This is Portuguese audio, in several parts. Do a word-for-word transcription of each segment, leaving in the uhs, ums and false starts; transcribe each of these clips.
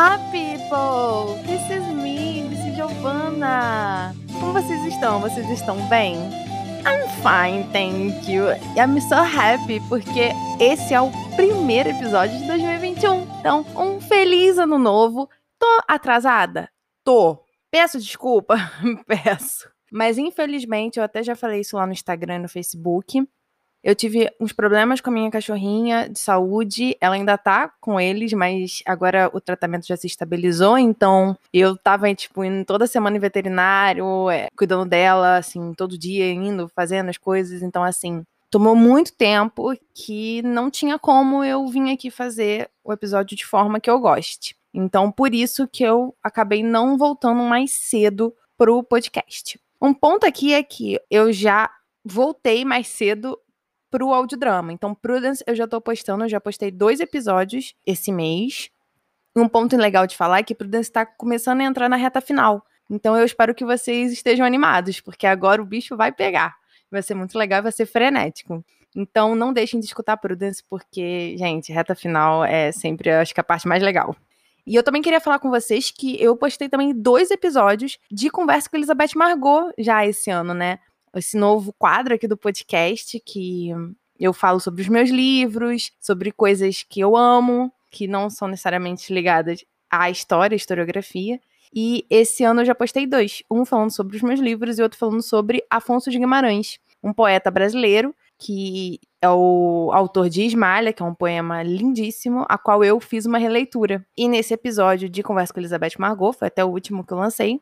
Olá, people! This is me, this is Giovanna. Como vocês estão? Vocês estão bem? I'm fine, thank you. I'm so happy, porque esse é o primeiro episódio de dois mil e vinte e um. Então, um feliz ano novo. Tô atrasada? Tô. Peço desculpa? Peço. Mas, infelizmente, eu até já falei isso lá no Instagram e no Facebook. Eu tive uns problemas com a minha cachorrinha de saúde, ela ainda tá com eles, mas agora o tratamento já se estabilizou, então eu tava, tipo, indo toda semana em veterinário, é, cuidando dela, assim, todo dia, indo, fazendo as coisas, então, assim, tomou muito tempo que não tinha como eu vir aqui fazer o episódio de forma que eu goste. Então, por isso que eu acabei não voltando mais cedo pro podcast. Um ponto aqui é que eu já voltei mais cedo pro audiodrama. Então, Prudence, eu já tô postando, eu já postei dois episódios esse mês. Um ponto legal de falar é que Prudence tá começando a entrar na reta final. Então, eu espero que vocês estejam animados, porque agora o bicho vai pegar. Vai ser muito legal, vai ser frenético. Então, não deixem de escutar Prudence, porque, gente, reta final é sempre, acho que a parte mais legal. E eu também queria falar com vocês que eu postei também dois episódios de Conversa com Elizabeth Margot já esse ano, né? Esse novo quadro aqui do podcast, que eu falo sobre os meus livros, sobre coisas que eu amo, que não são necessariamente ligadas à história, à historiografia. E esse ano eu já postei dois, um falando sobre os meus livros e outro falando sobre Afonso de Guimarães, um poeta brasileiro que é o autor de Ismalha, que é um poema lindíssimo, a qual eu fiz uma releitura. E nesse episódio de Conversa com Elizabeth Margot, foi até o último que eu lancei,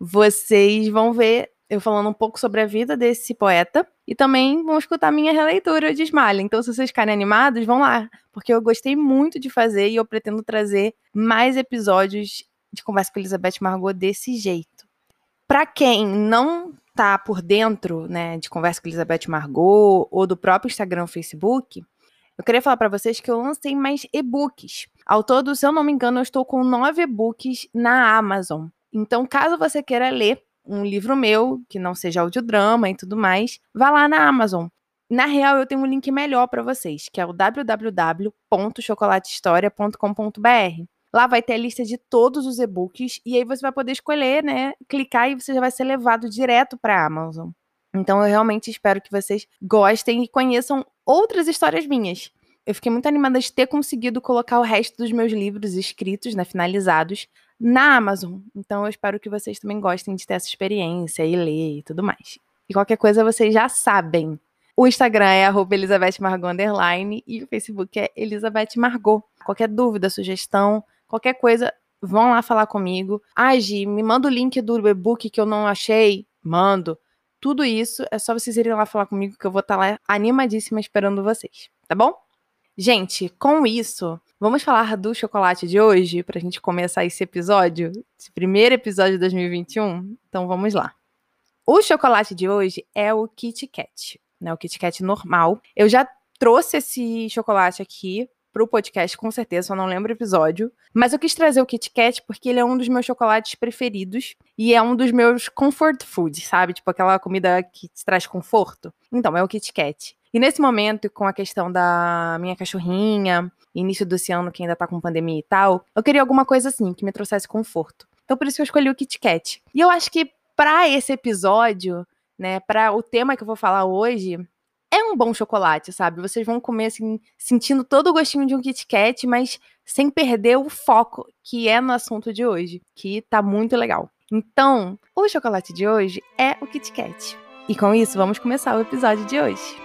vocês vão ver eu falando um pouco sobre a vida desse poeta e também vão escutar minha releitura de Ismalha. Então, se vocês ficarem animados, vão lá, porque eu gostei muito de fazer e eu pretendo trazer mais episódios de Conversa com Elizabeth Margot desse jeito. Para quem não tá por dentro, né, de Conversa com Elizabeth Margot ou do próprio Instagram ou Facebook, eu queria falar para vocês que eu lancei mais e-books. Ao todo, se eu não me engano, eu estou com nove e-books na Amazon. Então, caso você queira ler um livro meu, que não seja audiodrama e tudo mais, vá lá na Amazon. Na real, eu tenho um link melhor para vocês, que é o w w w ponto chocolatehistoria ponto com ponto b r. Lá vai ter a lista de todos os e-books e aí você vai poder escolher, né, clicar e você já vai ser levado direto para a Amazon. Então, eu realmente espero que vocês gostem e conheçam outras histórias minhas. Eu fiquei muito animada de ter conseguido colocar o resto dos meus livros escritos, né, finalizados, na Amazon. Então, eu espero que vocês também gostem de ter essa experiência e ler e tudo mais. E qualquer coisa, vocês já sabem. O Instagram é arroba Elizabeth Margot underline e o Facebook é Elizabeth Margot. Qualquer dúvida, sugestão, qualquer coisa, vão lá falar comigo. Ah, Gi, me manda o link do e-book que eu não achei. Mando. Tudo isso é só vocês irem lá falar comigo que eu vou estar lá animadíssima esperando vocês, tá bom? Gente, com isso, vamos falar do chocolate de hoje pra gente começar esse episódio, esse primeiro episódio de dois mil e vinte e um? Então vamos lá. O chocolate de hoje é o Kit Kat, né? O Kit Kat normal. Eu já trouxe esse chocolate aqui pro podcast, com certeza, só não lembro o episódio. Mas eu quis trazer o Kit Kat porque ele é um dos meus chocolates preferidos e é um dos meus comfort foods, sabe? Tipo aquela comida que te traz conforto. Então, é o Kit Kat. E nesse momento, com a questão da minha cachorrinha, início desse ano que ainda tá com pandemia e tal, eu queria alguma coisa assim, que me trouxesse conforto. Então, por isso que eu escolhi o Kit Kat. E eu acho que pra esse episódio, né, pra o tema que eu vou falar hoje, é um bom chocolate, sabe? Vocês vão comer, assim, sentindo todo o gostinho de um Kit Kat, mas sem perder o foco que é no assunto de hoje, que tá muito legal. Então, o chocolate de hoje é o Kit Kat. E com isso, vamos começar o episódio de hoje.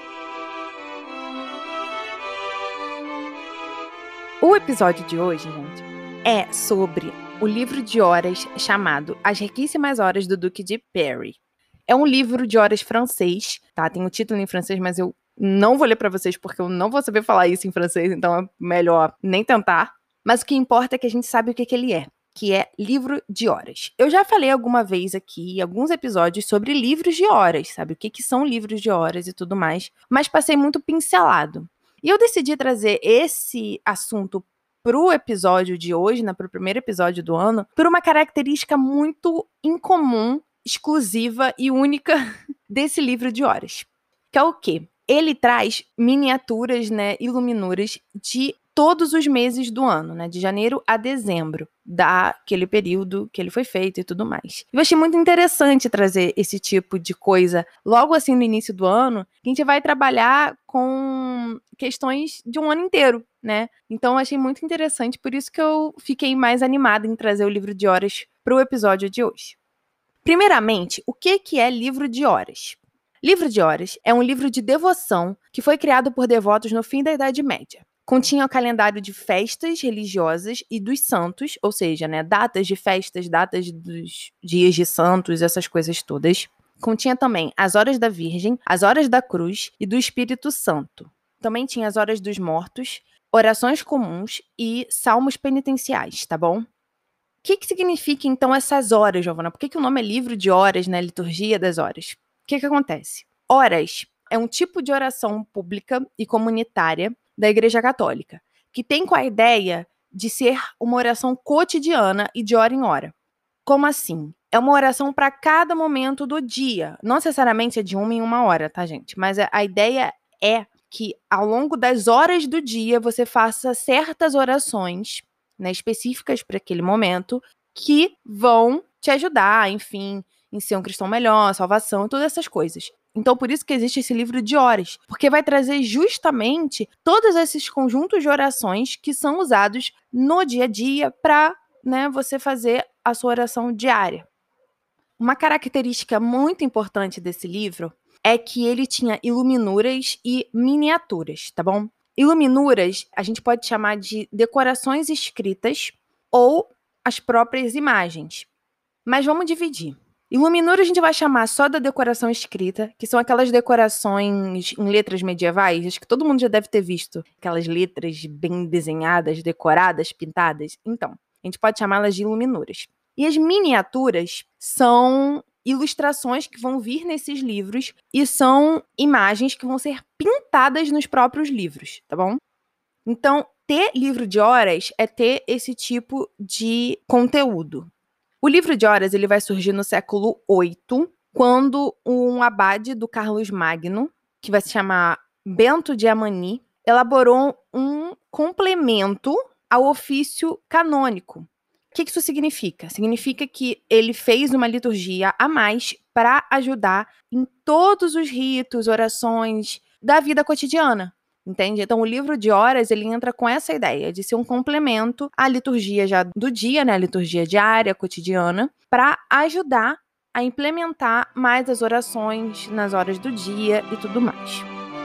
O episódio de hoje, gente, é sobre o livro de horas chamado As Riquíssimas Horas do Duque de Berry. É um livro de horas francês, tá? Tem o título em francês, mas eu não vou ler pra vocês porque eu não vou saber falar isso em francês, então é melhor nem tentar. Mas o que importa é que a gente sabe o que, que ele é, que é livro de horas. Eu já falei alguma vez aqui, em alguns episódios, sobre livros de horas, sabe? O que, que são livros de horas e tudo mais, mas passei muito pincelado. E eu decidi trazer esse assunto pro episódio de hoje, né, pro primeiro episódio do ano, por uma característica muito incomum, exclusiva e única desse livro de horas. Que é o quê? Ele traz miniaturas, né, iluminuras de todos os meses do ano, né? De janeiro a dezembro, daquele período que ele foi feito e tudo mais. Eu achei muito interessante trazer esse tipo de coisa logo assim no início do ano, que a gente vai trabalhar com questões de um ano inteiro, né? Então eu achei muito interessante, por isso que eu fiquei mais animada em trazer o livro de horas para o episódio de hoje. Primeiramente, o que que é livro de horas? Livro de horas é um livro de devoção que foi criado por devotos no fim da Idade Média. Continha o calendário de festas religiosas e dos santos, ou seja, né, datas de festas, datas dos dias de santos, essas coisas todas. Continha também as horas da Virgem, as horas da Cruz e do Espírito Santo. Também tinha as horas dos mortos, orações comuns e salmos penitenciais, tá bom? O que, que significa, então, essas horas, Giovana? Por que, que o nome é livro de horas, né? Liturgia das horas? O que, que acontece? Horas é um tipo de oração pública e comunitária da Igreja Católica, que tem com a ideia de ser uma oração cotidiana e de hora em hora. Como assim? É uma oração para cada momento do dia. Não necessariamente é de uma em uma hora, tá, gente? Mas a ideia é que ao longo das horas do dia você faça certas orações, né, específicas para aquele momento, que vão te ajudar, enfim, em ser um cristão melhor, salvação, todas essas coisas. Então, por isso que existe esse livro de horas, porque vai trazer justamente todos esses conjuntos de orações que são usados no dia a dia para, né, você fazer a sua oração diária. Uma característica muito importante desse livro é que ele tinha iluminuras e miniaturas, tá bom? Iluminuras a gente pode chamar de decorações escritas ou as próprias imagens. Mas vamos dividir. Iluminura a gente vai chamar só da decoração escrita, que são aquelas decorações em letras medievais, acho que todo mundo já deve ter visto, aquelas letras bem desenhadas, decoradas, pintadas. Então, a gente pode chamá-las de iluminuras. E as miniaturas são ilustrações que vão vir nesses livros e são imagens que vão ser pintadas nos próprios livros, tá bom? Então, ter livro de horas é ter esse tipo de conteúdo. O livro de horas ele vai surgir no século oito, quando um abade do Carlos Magno, que vai se chamar Bento de Amani, elaborou um complemento ao ofício canônico. O que isso significa? Significa que ele fez uma liturgia a mais para ajudar em todos os ritos, orações da vida cotidiana. Entende? Então, o livro de horas, ele entra com essa ideia de ser um complemento à liturgia já do dia, né? A liturgia diária, cotidiana, para ajudar a implementar mais as orações nas horas do dia e tudo mais.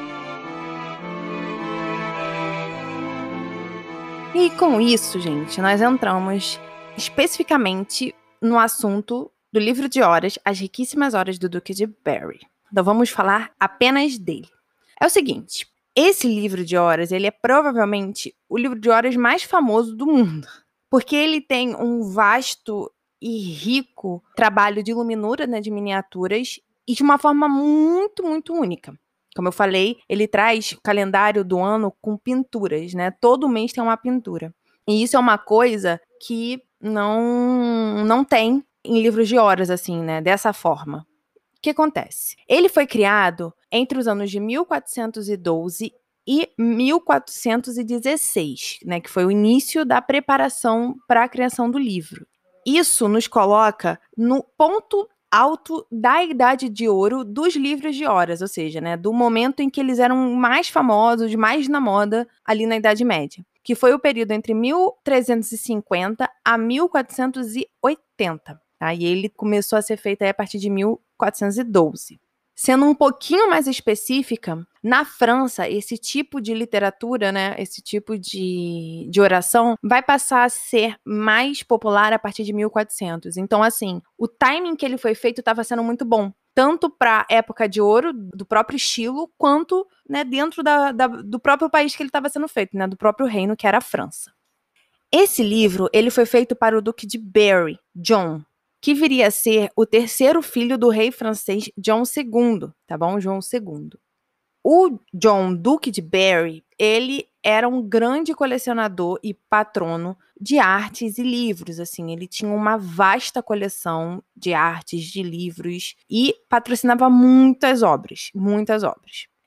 E com isso, gente, nós entramos especificamente no assunto do livro de horas, As Riquíssimas Horas do Duque de Berry. Então, vamos falar apenas dele. É o seguinte... Esse livro de horas, ele é provavelmente o livro de horas mais famoso do mundo, porque ele tem um vasto e rico trabalho de iluminura, né, de miniaturas, e de uma forma muito, muito única. Como eu falei, ele traz o calendário do ano com pinturas, né? Todo mês tem uma pintura. E isso é uma coisa que não, não tem em livros de horas, assim, né? Dessa forma. O que acontece? Ele foi criado entre os anos de mil quatrocentos e doze e mil quatrocentos e dezesseis, né, que foi o início da preparação para a criação do livro. Isso nos coloca no ponto alto da Idade de Ouro dos livros de horas, ou seja, né, do momento em que eles eram mais famosos, mais na moda ali na Idade Média, que foi o período entre mil trezentos e cinquenta a mil quatrocentos e oitenta. Tá? E ele começou a ser feito aí a partir de mil quatrocentos e doze. Sendo um pouquinho mais específica, na França, esse tipo de literatura, né, esse tipo de, de oração, vai passar a ser mais popular a partir de mil e quatrocentos. Então, assim, o timing que ele foi feito estava sendo muito bom. Tanto para a época de ouro, do próprio estilo, quanto, né, dentro da, da, do próprio país que ele estava sendo feito, né, do próprio reino, que era a França. Esse livro ele foi feito para o Duque de Berry, John, que viria a ser o terceiro filho do rei francês João segundo, tá bom? João segundo. O John, Duque de Berry, ele era um grande colecionador e patrono de artes e livros, assim, ele tinha uma vasta coleção de artes, de livros, e patrocinava muitas obras, muitas obras.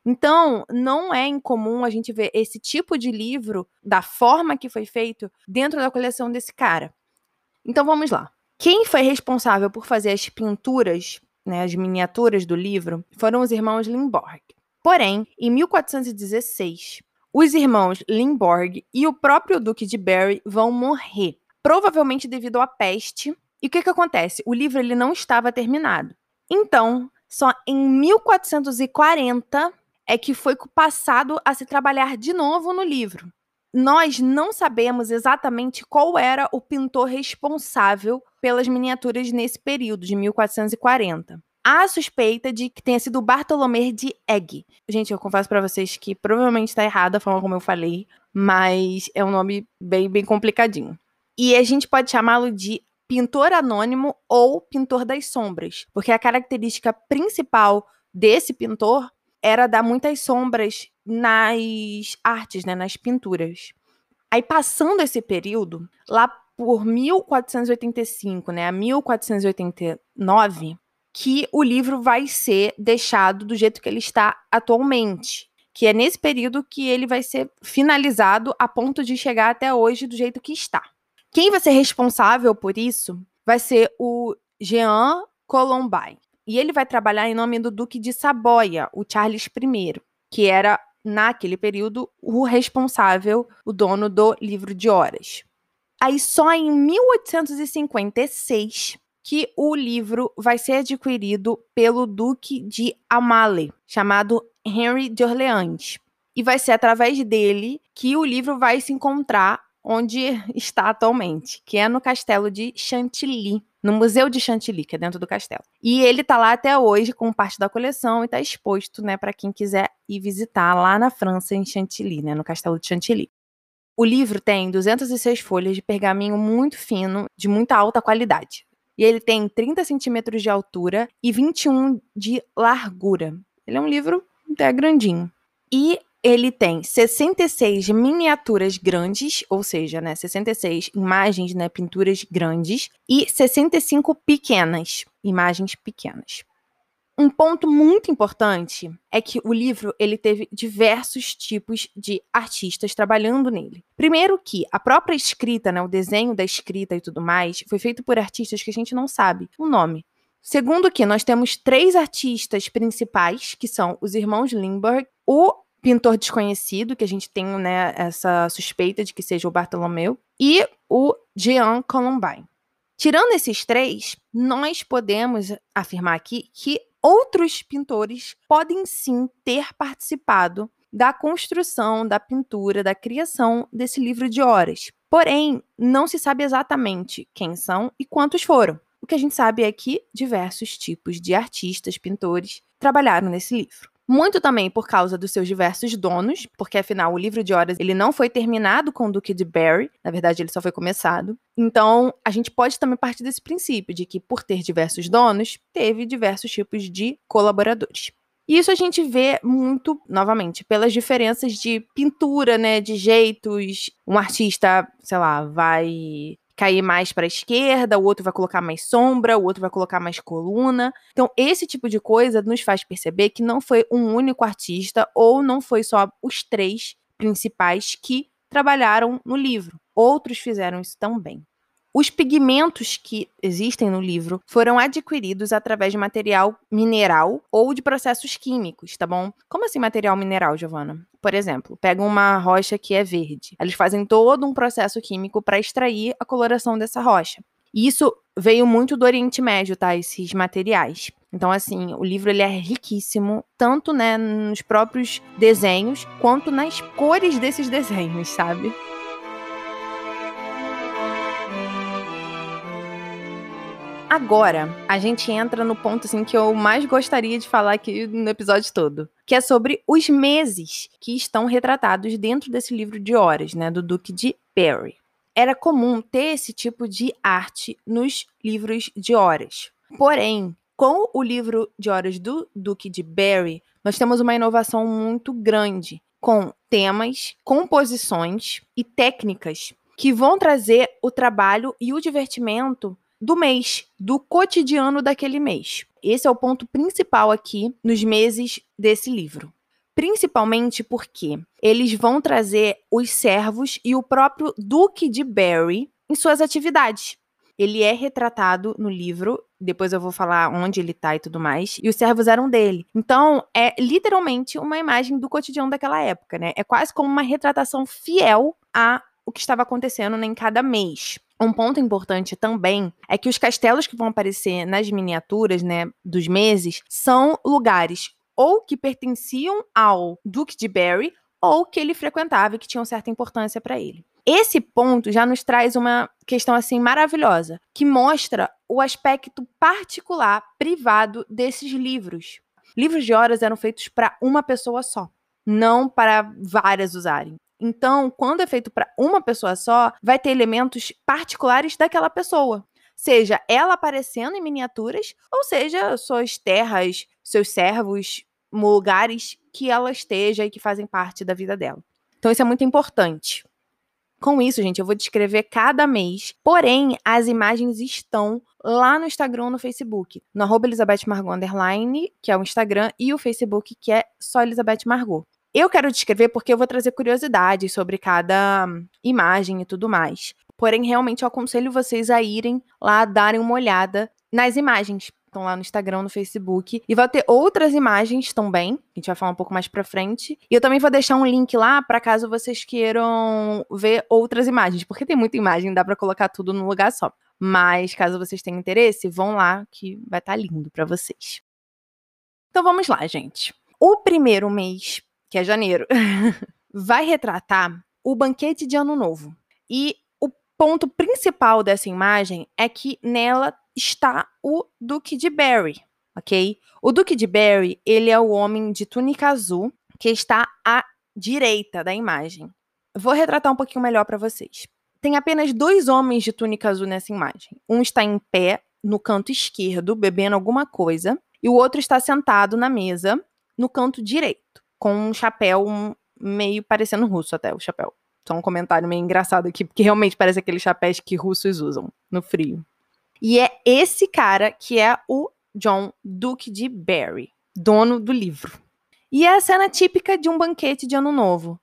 Então, não é incomum a gente ver esse tipo de livro, da forma que foi feito, dentro da coleção desse cara. Então, vamos lá. Quem foi responsável por fazer as pinturas, né, as miniaturas do livro, foram os irmãos Lindborg. Porém, em mil quatrocentos e dezesseis, os irmãos Lindborg e o próprio Duque de Berry vão morrer, provavelmente devido à peste. E o que que acontece? O livro ele não estava terminado. Então, só em mil quatrocentos e quarenta é que foi passado a se trabalhar de novo no livro. Nós não sabemos exatamente qual era o pintor responsável pelas miniaturas nesse período, de mil quatrocentos e quarenta. Há suspeita de que tenha sido Bartolomé de Egg. Gente, eu confesso pra vocês que provavelmente está errado a forma como eu falei, mas é um nome bem, bem complicadinho. E a gente pode chamá-lo de pintor anônimo ou pintor das sombras, porque a característica principal desse pintor era dar muitas sombras nas artes, né, nas pinturas. Aí, passando esse período, lá por mil quatrocentos e oitenta e cinco, né, a mil quatrocentos e oitenta e nove, que o livro vai ser deixado do jeito que ele está atualmente, que é nesse período que ele vai ser finalizado a ponto de chegar até hoje do jeito que está. Quem vai ser responsável por isso vai ser o Jean Colombin. E ele vai trabalhar em nome do Duque de Saboia, o Charles I, que era, naquele período, o responsável, o dono do livro de horas. Aí, só em mil oitocentos e cinquenta e seis, que o livro vai ser adquirido pelo Duque de Aumale, chamado Henry de Orleans. E vai ser através dele que o livro vai se encontrar onde está atualmente, que é no castelo de Chantilly, no Museu de Chantilly, que é dentro do castelo. E ele tá lá até hoje com parte da coleção e tá exposto, né, para quem quiser ir visitar lá na França, em Chantilly, né, no castelo de Chantilly. O livro tem duzentas e seis folhas de pergaminho muito fino, de muita alta qualidade. E ele tem trinta centímetros de altura e vinte e um de largura. Ele é um livro até grandinho. E ele tem sessenta e seis miniaturas grandes, ou seja, né, sessenta e seis imagens, né, pinturas grandes, e sessenta e cinco pequenas, imagens pequenas. Um ponto muito importante é que o livro ele teve diversos tipos de artistas trabalhando nele. Primeiro que a própria escrita, né, o desenho da escrita e tudo mais, foi feito por artistas que a gente não sabe o nome. Segundo que nós temos três artistas principais, que são os irmãos Lindbergh, o pintor desconhecido, que a gente tem, né, essa suspeita de que seja o Bartolomeu, e o Jean Colombin. Tirando esses três, nós podemos afirmar aqui que outros pintores podem sim ter participado da construção, da pintura, da criação desse livro de horas. Porém, não se sabe exatamente quem são e quantos foram. O que a gente sabe é que diversos tipos de artistas, pintores, trabalharam nesse livro. Muito também por causa dos seus diversos donos, porque afinal o livro de horas ele não foi terminado com o Duque de Berry, na verdade ele só foi começado. Então a gente pode também partir desse princípio de que por ter diversos donos, teve diversos tipos de colaboradores. E isso a gente vê muito, novamente, pelas diferenças de pintura, né, de jeitos. Um artista, sei lá, vai cair mais para a esquerda, o outro vai colocar mais sombra, o outro vai colocar mais coluna. Então, esse tipo de coisa nos faz perceber que não foi um único artista ou não foi só os três principais que trabalharam no livro. Outros fizeram isso também. Os pigmentos que existem no livro foram adquiridos através de material mineral ou de processos químicos, tá bom? Como assim material mineral, Giovana? Por exemplo, pegam uma rocha que é verde. Eles fazem todo um processo químico para extrair a coloração dessa rocha. E isso veio muito do Oriente Médio, tá? Esses materiais. Então, assim, o livro ele é riquíssimo, tanto, né, nos próprios desenhos, quanto nas cores desses desenhos, sabe? Agora, a gente entra no ponto assim, que eu mais gostaria de falar aqui no episódio todo, que é sobre os meses que estão retratados dentro desse livro de horas, né, do Duque de Berry. Era comum ter esse tipo de arte nos livros de horas. Porém, com o livro de horas do Duque de Berry, nós temos uma inovação muito grande, com temas, composições e técnicas que vão trazer o trabalho e o divertimento do mês, do cotidiano daquele mês. Esse é o ponto principal aqui nos meses desse livro. Principalmente porque eles vão trazer os servos e o próprio Duque de Berry em suas atividades. Ele é retratado no livro, depois eu vou falar onde ele tá e tudo mais, e os servos eram dele. Então, é literalmente uma imagem do cotidiano daquela época, né? É quase como uma retratação fiel a o que estava acontecendo, né, em cada mês. Um ponto importante também é que os castelos que vão aparecer nas miniaturas, né, dos meses, são lugares ou que pertenciam ao Duque de Berry ou que ele frequentava e que tinham certa importância para ele. Esse ponto já nos traz uma questão assim maravilhosa, que mostra o aspecto particular, privado desses livros. Livros de horas eram feitos para uma pessoa só, não para várias usarem. Então, quando é feito para uma pessoa só, vai ter elementos particulares daquela pessoa. Seja ela aparecendo em miniaturas, ou seja, suas terras, seus servos, lugares que ela esteja e que fazem parte da vida dela. Então, isso é muito importante. Com isso, gente, eu vou descrever cada mês, porém, as imagens estão lá no Instagram, no Facebook, no arroba Elizabeth Margot underline, que é o Instagram, e o Facebook, que é só Elizabeth Margot. Eu quero descrever porque eu vou trazer curiosidades sobre cada imagem e tudo mais. Porém, realmente, eu aconselho vocês a irem lá, darem uma olhada nas imagens. Estão lá no Instagram, no Facebook. E vai ter outras imagens também. A gente vai falar um pouco mais pra frente. E eu também vou deixar um link lá para caso vocês queiram ver outras imagens. Porque tem muita imagem, dá pra colocar tudo num lugar só. Mas, caso vocês tenham interesse, vão lá que vai estar lindo pra vocês. Então, vamos lá, gente. O primeiro mês, que é janeiro, vai retratar o banquete de Ano Novo. E o ponto principal dessa imagem é que nela está o Duque de Berry, ok? O Duque de Berry, ele é o homem de túnica azul que está à direita da imagem. Vou retratar um pouquinho melhor para vocês. Tem apenas dois homens de túnica azul nessa imagem. Um está em pé no canto esquerdo, bebendo alguma coisa, e o outro está sentado na mesa no canto direito, com um chapéu meio parecendo russo até, o chapéu. Só um comentário meio engraçado aqui, porque realmente parece aqueles chapéus que russos usam no frio. E é esse cara que é o John Duque de Berry, dono do livro. E é a cena típica de um banquete de Ano Novo.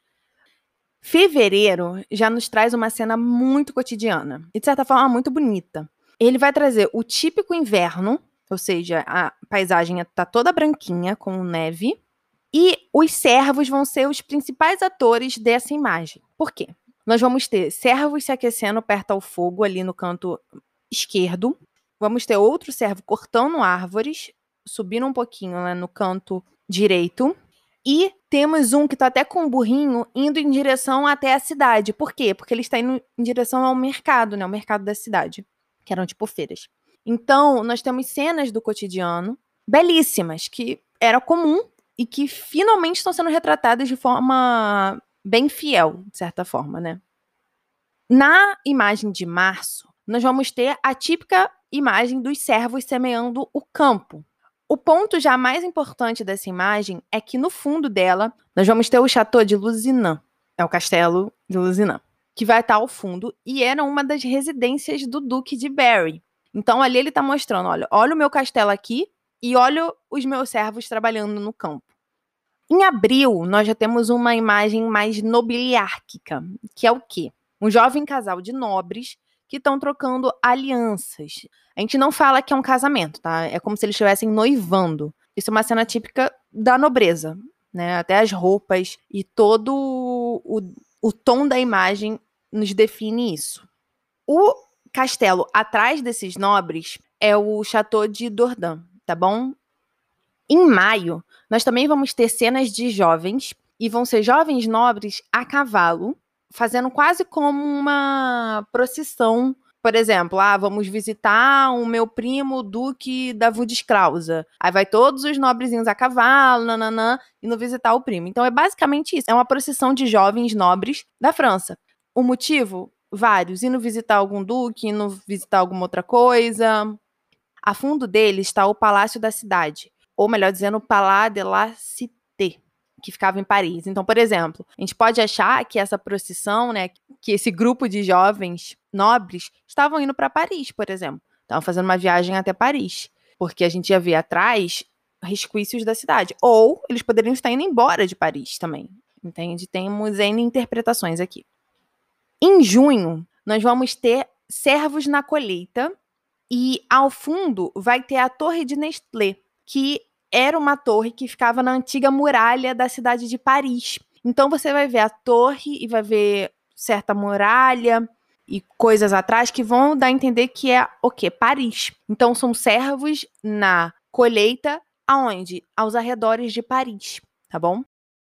Fevereiro já nos traz uma cena muito cotidiana e, de certa forma, muito bonita. Ele vai trazer o típico inverno, ou seja, a paisagem está toda branquinha, com neve, e os servos vão ser os principais atores dessa imagem. Por quê? Nós vamos ter servos se aquecendo perto ao fogo, ali no canto esquerdo. Vamos ter outro servo cortando árvores, subindo um pouquinho lá no canto direito. E temos um que está até com um burrinho indo em direção até a cidade. Por quê? Porque ele está indo em direção ao mercado, né? O mercado da cidade, que eram tipo feiras. Então, nós temos cenas do cotidiano belíssimas, que era comum e que finalmente estão sendo retratadas de forma bem fiel, de certa forma, né? Na imagem de março, nós vamos ter a típica imagem dos servos semeando o campo. O ponto já mais importante dessa imagem é que no fundo dela, nós vamos ter o Château de Lusignan, é o castelo de Lusignan, que vai estar ao fundo e era uma das residências do Duque de Berry. Então ali ele está mostrando, olha, olha o meu castelo aqui e olha os meus servos trabalhando no campo. Em abril, nós já temos uma imagem mais nobiliárquica, que é o quê? Um jovem casal de nobres que estão trocando alianças. A gente não fala que é um casamento, tá? É como se eles estivessem noivando. Isso é uma cena típica da nobreza, né? Até as roupas e todo o, o tom da imagem nos define isso. O castelo atrás desses nobres é o Château de Dourdan, tá bom? Em maio, nós também vamos ter cenas de jovens, e vão ser jovens nobres a cavalo, fazendo quase como uma procissão. Por exemplo, ah, vamos visitar o meu primo, Duque da Wildeskrausa. Aí vai todos os nobrezinhos a cavalo, nananã, indo visitar o primo. Então é basicamente isso, é uma procissão de jovens nobres da França. O motivo? Vários, indo visitar algum duque, indo visitar alguma outra coisa. A fundo dele está o Palácio da Cidade, ou melhor dizendo, o Palais de la Cité, que ficava em Paris. Então, por exemplo, a gente pode achar que essa procissão, né, que esse grupo de jovens nobres estavam indo para Paris, por exemplo. Estavam fazendo uma viagem até Paris, porque a gente já vê atrás resquícios da cidade. Ou eles poderiam estar indo embora de Paris também, entende? Temos N interpretações aqui. Em junho, nós vamos ter servos na colheita e ao fundo vai ter a Torre de Nestlé, que era uma torre que ficava na antiga muralha da cidade de Paris. Então você vai ver a torre e vai ver certa muralha e coisas atrás que vão dar a entender que é o quê? Paris. Então são servos na colheita, aonde? Aos arredores de Paris, tá bom?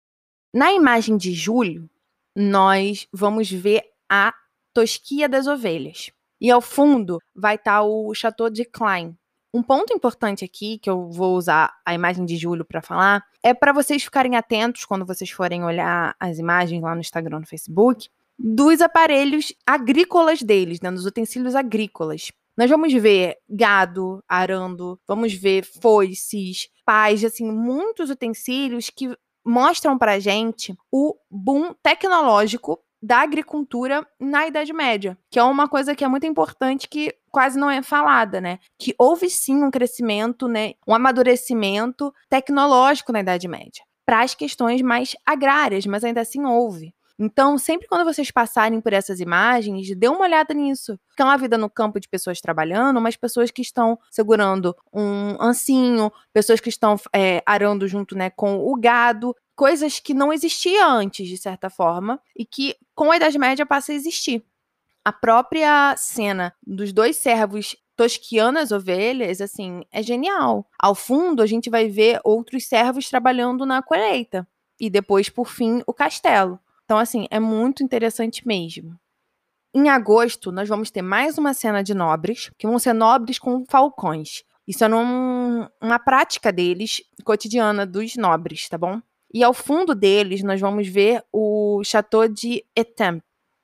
Na imagem de julho, nós vamos ver a Tosquia das Ovelhas. E ao fundo vai estar o Chateau de Klein. Um ponto importante aqui, que eu vou usar a imagem de julho para falar, é para vocês ficarem atentos quando vocês forem olhar as imagens lá no Instagram, no Facebook, dos aparelhos agrícolas deles, né, dos utensílios agrícolas. Nós vamos ver gado arando, vamos ver foices, pás, assim, muitos utensílios que mostram pra gente o boom tecnológico da agricultura na Idade Média, que é uma coisa que é muito importante que quase não é falada, né? Que houve sim um crescimento, né, um amadurecimento tecnológico na Idade Média, para as questões mais agrárias, mas ainda assim houve. Então, sempre quando vocês passarem por essas imagens, dê uma olhada nisso. Porque é uma vida no campo de pessoas trabalhando, mas pessoas que estão segurando um ancinho, pessoas que estão é, arando junto, né, com o gado, coisas que não existiam antes, de certa forma, e que com a Idade Média passa a existir. A própria cena dos dois servos tosquiando as ovelhas, assim, é genial. Ao fundo, a gente vai ver outros servos trabalhando na colheita. E depois, por fim, o castelo. Então, assim, é muito interessante mesmo. Em agosto, nós vamos ter mais uma cena de nobres, que vão ser nobres com falcões. Isso é num, uma prática deles, cotidiana dos nobres, tá bom? E ao fundo deles, nós vamos ver o Chateau de Étampes.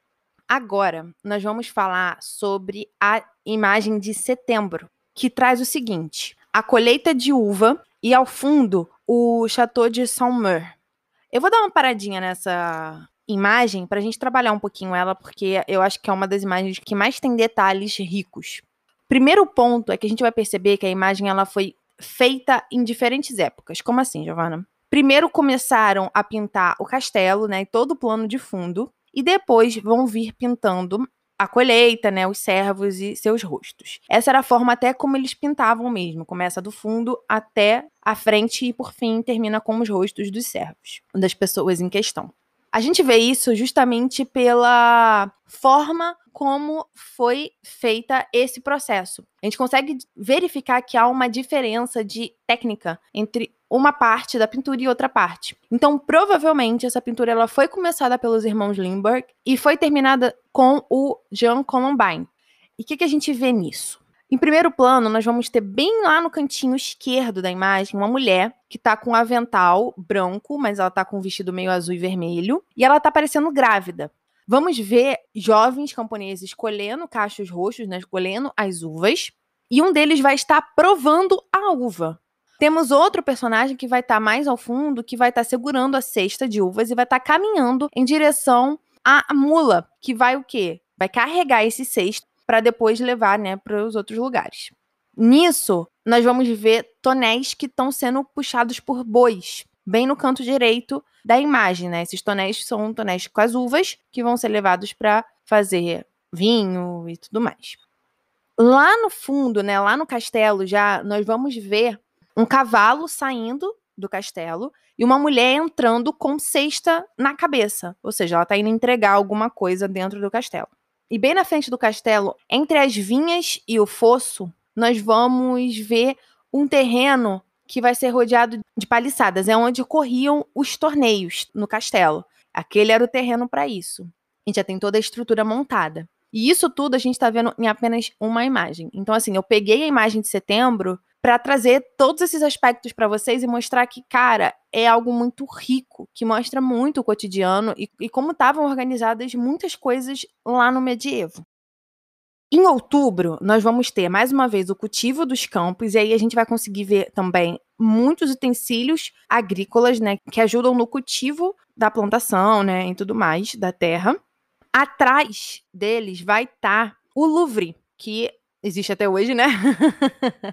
Agora, nós vamos falar sobre a imagem de setembro, que traz o seguinte: a colheita de uva e, ao fundo, o Chateau de Saumur. Eu vou dar uma paradinha nessa imagem para a gente trabalhar um pouquinho ela, porque eu acho que é uma das imagens que mais tem detalhes ricos. Primeiro ponto é que a gente vai perceber que a imagem ela foi feita em diferentes épocas. Como assim, Giovana? Primeiro começaram a pintar o castelo, né, e todo o plano de fundo, e depois vão vir pintando a colheita, né, os servos e seus rostos. Essa era a forma até como eles pintavam mesmo. Começa do fundo até a frente e, por fim, termina com os rostos dos servos, das pessoas em questão. A gente vê isso justamente pela forma como foi feita esse processo. A gente consegue verificar que há uma diferença de técnica entre uma parte da pintura e outra parte. Então, provavelmente, essa pintura ela foi começada pelos irmãos Limburg e foi terminada com o Jean Colombine. E o que, que a gente vê nisso? Em primeiro plano, nós vamos ter bem lá no cantinho esquerdo da imagem uma mulher que tá com um avental branco, mas ela tá com um vestido meio azul e vermelho, e ela tá parecendo grávida. Vamos ver jovens camponeses colhendo cachos roxos, né, colhendo as uvas, e um deles vai estar provando a uva. Temos outro personagem que vai estar mais ao fundo, que vai estar segurando a cesta de uvas e vai estar caminhando em direção à mula, que vai o quê? Vai carregar esse cesto para depois levar, né, para os outros lugares. Nisso, nós vamos ver tonéis que estão sendo puxados por bois, bem no canto direito da imagem, né? Esses tonéis são tonéis com as uvas que vão ser levados para fazer vinho e tudo mais. Lá no fundo, né, lá no castelo já, nós vamos ver um cavalo saindo do castelo e uma mulher entrando com cesta na cabeça, ou seja, ela está indo entregar alguma coisa dentro do castelo. E bem na frente do castelo, entre as vinhas e o fosso, nós vamos ver um terreno que vai ser rodeado de paliçadas. É onde corriam os torneios no castelo. Aquele era o terreno para isso. A gente já tem toda a estrutura montada. E isso tudo a gente está vendo em apenas uma imagem. Então, assim, eu peguei a imagem de setembro para trazer todos esses aspectos para vocês e mostrar que, cara, é algo muito rico, que mostra muito o cotidiano e, e como estavam organizadas muitas coisas lá no medievo. Em outubro, nós vamos ter, mais uma vez, o cultivo dos campos, e aí a gente vai conseguir ver também muitos utensílios agrícolas, né, que ajudam no cultivo da plantação, né, e tudo mais, da terra. Atrás deles vai estar o Louvre, que existe até hoje, né?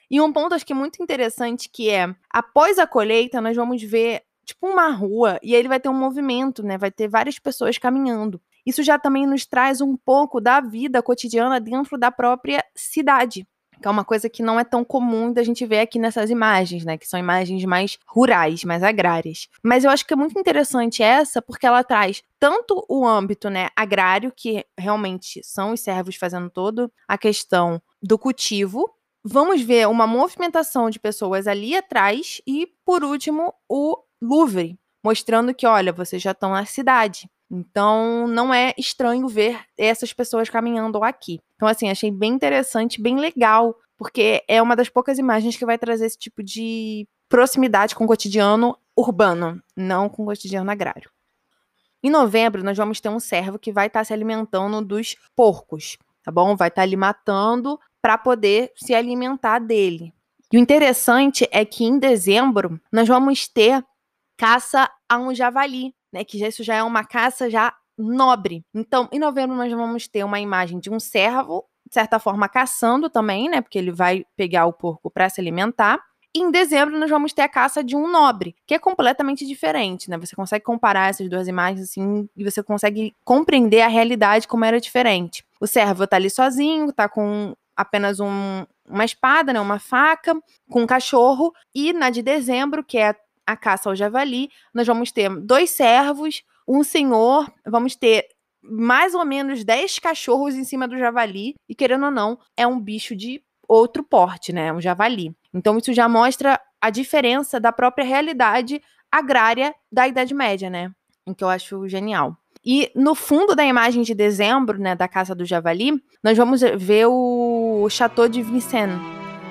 E um ponto acho que muito interessante que é, após a colheita, nós vamos ver tipo uma rua e aí ele vai ter um movimento, né? Vai ter várias pessoas caminhando. Isso já também nos traz um pouco da vida cotidiana dentro da própria cidade, que é uma coisa que não é tão comum da gente ver aqui nessas imagens, né? Que são imagens mais rurais, mais agrárias. Mas eu acho que é muito interessante essa, porque ela traz tanto o âmbito, né, agrário, que realmente são os servos fazendo todo a questão do cultivo. Vamos ver uma movimentação de pessoas ali atrás e, por último, o Louvre, mostrando que, olha, vocês já estão na cidade. Então, não é estranho ver essas pessoas caminhando aqui. Então, assim, achei bem interessante, bem legal, porque é uma das poucas imagens que vai trazer esse tipo de proximidade com o cotidiano urbano, não com o cotidiano agrário. Em novembro, nós vamos ter um servo que vai estar se alimentando dos porcos, tá bom? Vai estar ali matando para poder se alimentar dele. E o interessante é que em dezembro, nós vamos ter caça a um javali, né? Que já, isso já é uma caça já nobre. Então, em novembro, nós vamos ter uma imagem de um servo, de certa forma, caçando também, né? Porque ele vai pegar o porco para se alimentar. E em dezembro, nós vamos ter a caça de um nobre, que é completamente diferente, né? Você consegue comparar essas duas imagens, assim, e você consegue compreender a realidade como era diferente. O servo tá ali sozinho, tá com apenas um, uma espada, né? Uma faca, com um cachorro. E na de dezembro, que é a caça ao javali, nós vamos ter dois servos, um senhor, vamos ter mais ou menos dez cachorros em cima do javali, e querendo ou não, é um bicho de outro porte, né? Um javali. Então isso já mostra a diferença da própria realidade agrária da Idade Média, né? O que eu acho genial. E no fundo da imagem de dezembro, né, da caça do javali, nós vamos ver o Château de Vincennes.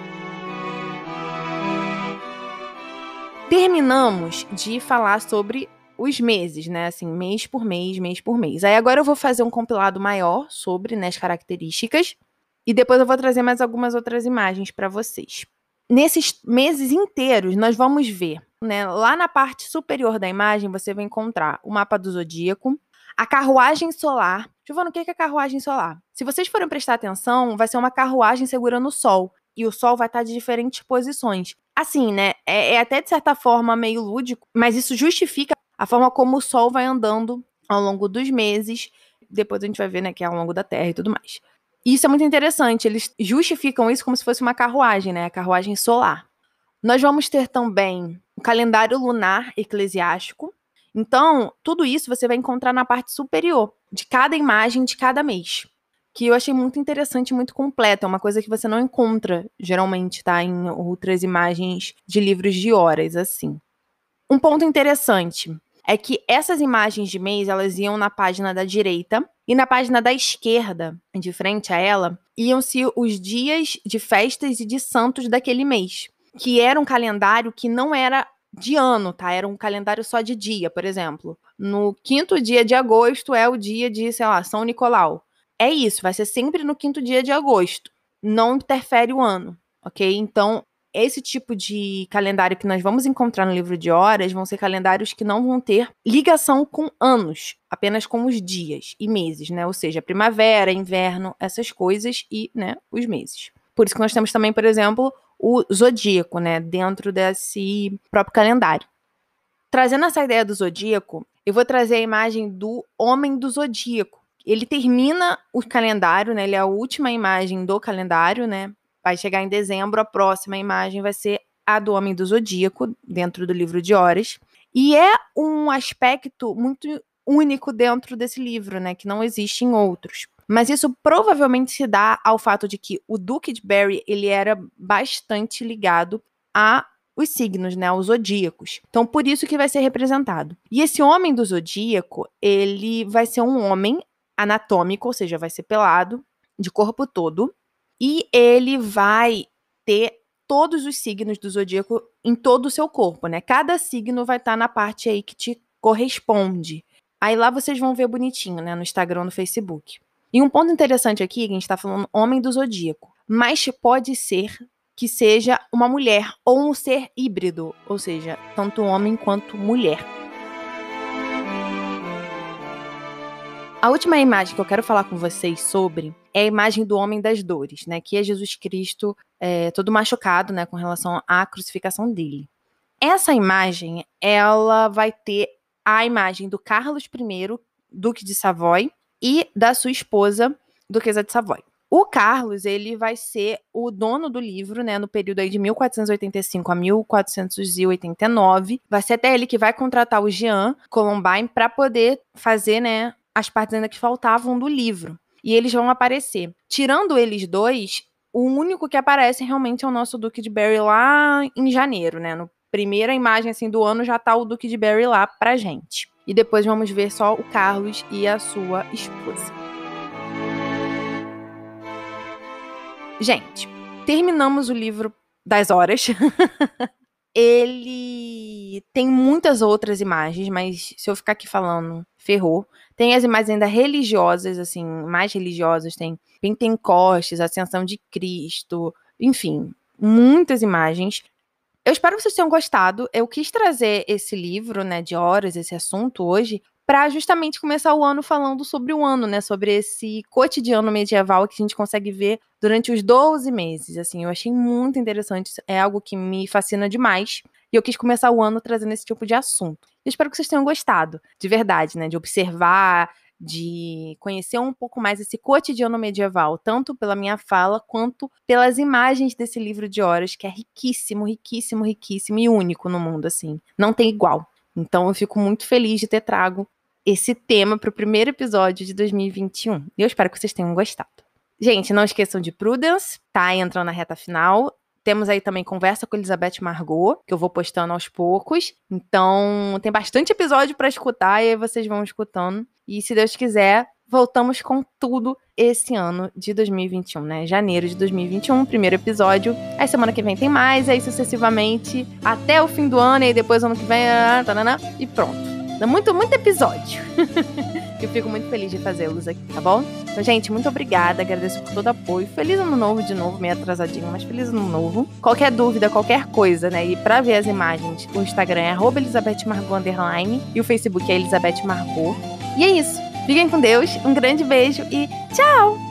Terminamos de falar sobre os meses, né? Assim, mês por mês, mês por mês. Aí agora eu vou fazer um compilado maior sobre, né, as características e depois eu vou trazer mais algumas outras imagens para vocês. Nesses meses inteiros, nós vamos ver, né, lá na parte superior da imagem, você vai encontrar o mapa do zodíaco, a carruagem solar. Giovana, o que é a carruagem solar? Se vocês forem prestar atenção, vai ser uma carruagem segurando o sol. E o sol vai estar de diferentes posições. Assim, né, é, é até de certa forma meio lúdico, mas isso justifica a forma como o sol vai andando ao longo dos meses. Depois a gente vai ver, né, que é ao longo da Terra e tudo mais. E isso é muito interessante, eles justificam isso como se fosse uma carruagem, né, a carruagem solar. Nós vamos ter também o calendário lunar eclesiástico. Então, tudo isso você vai encontrar na parte superior de cada imagem de cada mês, que eu achei muito interessante e muito completo. É uma coisa que você não encontra, geralmente, tá? Em outras imagens de livros de horas, assim. Um ponto interessante é que essas imagens de mês, elas iam na página da direita e na página da esquerda, de frente a ela, iam-se os dias de festas e de santos daquele mês, que era um calendário que não era de ano, tá? Era um calendário só de dia, por exemplo. No quinto dia de agosto é o dia de, sei lá, São Nicolau. É isso, vai ser sempre no quinto dia de agosto. Não interfere o ano, ok? Então, esse tipo de calendário que nós vamos encontrar no livro de horas vão ser calendários que não vão ter ligação com anos, apenas com os dias e meses, né? Ou seja, primavera, inverno, essas coisas e, né, os meses. Por isso que nós temos também, por exemplo, o zodíaco, né, dentro desse próprio calendário. Trazendo essa ideia do zodíaco, eu vou trazer a imagem do homem do zodíaco. Ele termina o calendário, né? Ele é a última imagem do calendário, né? Vai chegar em dezembro, a próxima imagem vai ser a do Homem do Zodíaco, dentro do livro de horas. E é um aspecto muito único dentro desse livro, né? Que não existe em outros. Mas isso provavelmente se dá ao fato de que o Duque de Berry, ele era bastante ligado a os signos, né, os zodíacos. Então, por isso que vai ser representado. E esse homem do zodíaco, ele vai ser um homem anatômico, ou seja, vai ser pelado, de corpo todo, e ele vai ter todos os signos do zodíaco em todo o seu corpo, né? Cada signo vai estar na parte aí que te corresponde. Aí lá vocês vão ver bonitinho, né, no Instagram, no Facebook. E um ponto interessante aqui, que a gente tá falando homem do zodíaco, mas pode ser que seja uma mulher ou um ser híbrido, ou seja, tanto homem quanto mulher. A última imagem que eu quero falar com vocês sobre é a imagem do homem das dores, né? Que é Jesus Cristo é, todo machucado, né? Com relação à crucificação dele. Essa imagem, ela vai ter a imagem do Carlos I, Duque de Savoy, e da sua esposa, Duquesa de Savoy. O Carlos, ele vai ser o dono do livro, né, no período aí de mil quatrocentos e oitenta e cinco a mil quatrocentos e oitenta e nove. Vai ser até ele que vai contratar o Jean Colombine para poder fazer, né, as partes ainda que faltavam do livro. E eles vão aparecer. Tirando eles dois, o único que aparece realmente é o nosso Duque de Berry lá em janeiro, né, no primeira imagem assim do ano já tá o Duque de Berry lá pra gente. E depois vamos ver só o Carlos e a sua esposa. Gente, terminamos o livro das horas. Ele tem muitas outras imagens, mas se eu ficar aqui falando, ferrou. Tem as imagens ainda religiosas, assim, mais religiosas. Tem Pentecostes, Ascensão de Cristo, enfim, muitas imagens. Eu espero que vocês tenham gostado. Eu quis trazer esse livro, né, de horas, esse assunto hoje, para justamente começar o ano falando sobre o ano, né, sobre esse cotidiano medieval que a gente consegue ver durante os doze meses, assim, eu achei muito interessante, é algo que me fascina demais, e eu quis começar o ano trazendo esse tipo de assunto. Eu espero que vocês tenham gostado, de verdade, né, de observar, de conhecer um pouco mais esse cotidiano medieval, tanto pela minha fala, quanto pelas imagens desse livro de horas, que é riquíssimo, riquíssimo, riquíssimo e único no mundo, assim, não tem igual. Então eu fico muito feliz de ter trago esse tema para o primeiro episódio de dois mil e vinte e um. E eu espero que vocês tenham gostado. Gente, não esqueçam de Prudence, tá? Entrando na reta final. Temos aí também Conversa com Elizabeth Margot, que eu vou postando aos poucos. Então, tem bastante episódio para escutar e aí vocês vão escutando. E se Deus quiser, voltamos com tudo esse ano de dois mil e vinte e um, né? Janeiro de dois mil e vinte e um, primeiro episódio. Aí semana que vem tem mais, aí sucessivamente até o fim do ano, e depois ano que vem, e pronto. Dá muito, muito episódio. Eu fico muito feliz de fazê-los aqui, tá bom? Então, gente, muito obrigada. Agradeço por todo o apoio. Feliz ano novo de novo, meio atrasadinho, mas feliz ano novo. Qualquer dúvida, qualquer coisa, né? E pra ver as imagens, o Instagram é arroba Elizabeth Margot underline e o Facebook é Elizabeth Margot. E é isso. Fiquem com Deus, um grande beijo e tchau!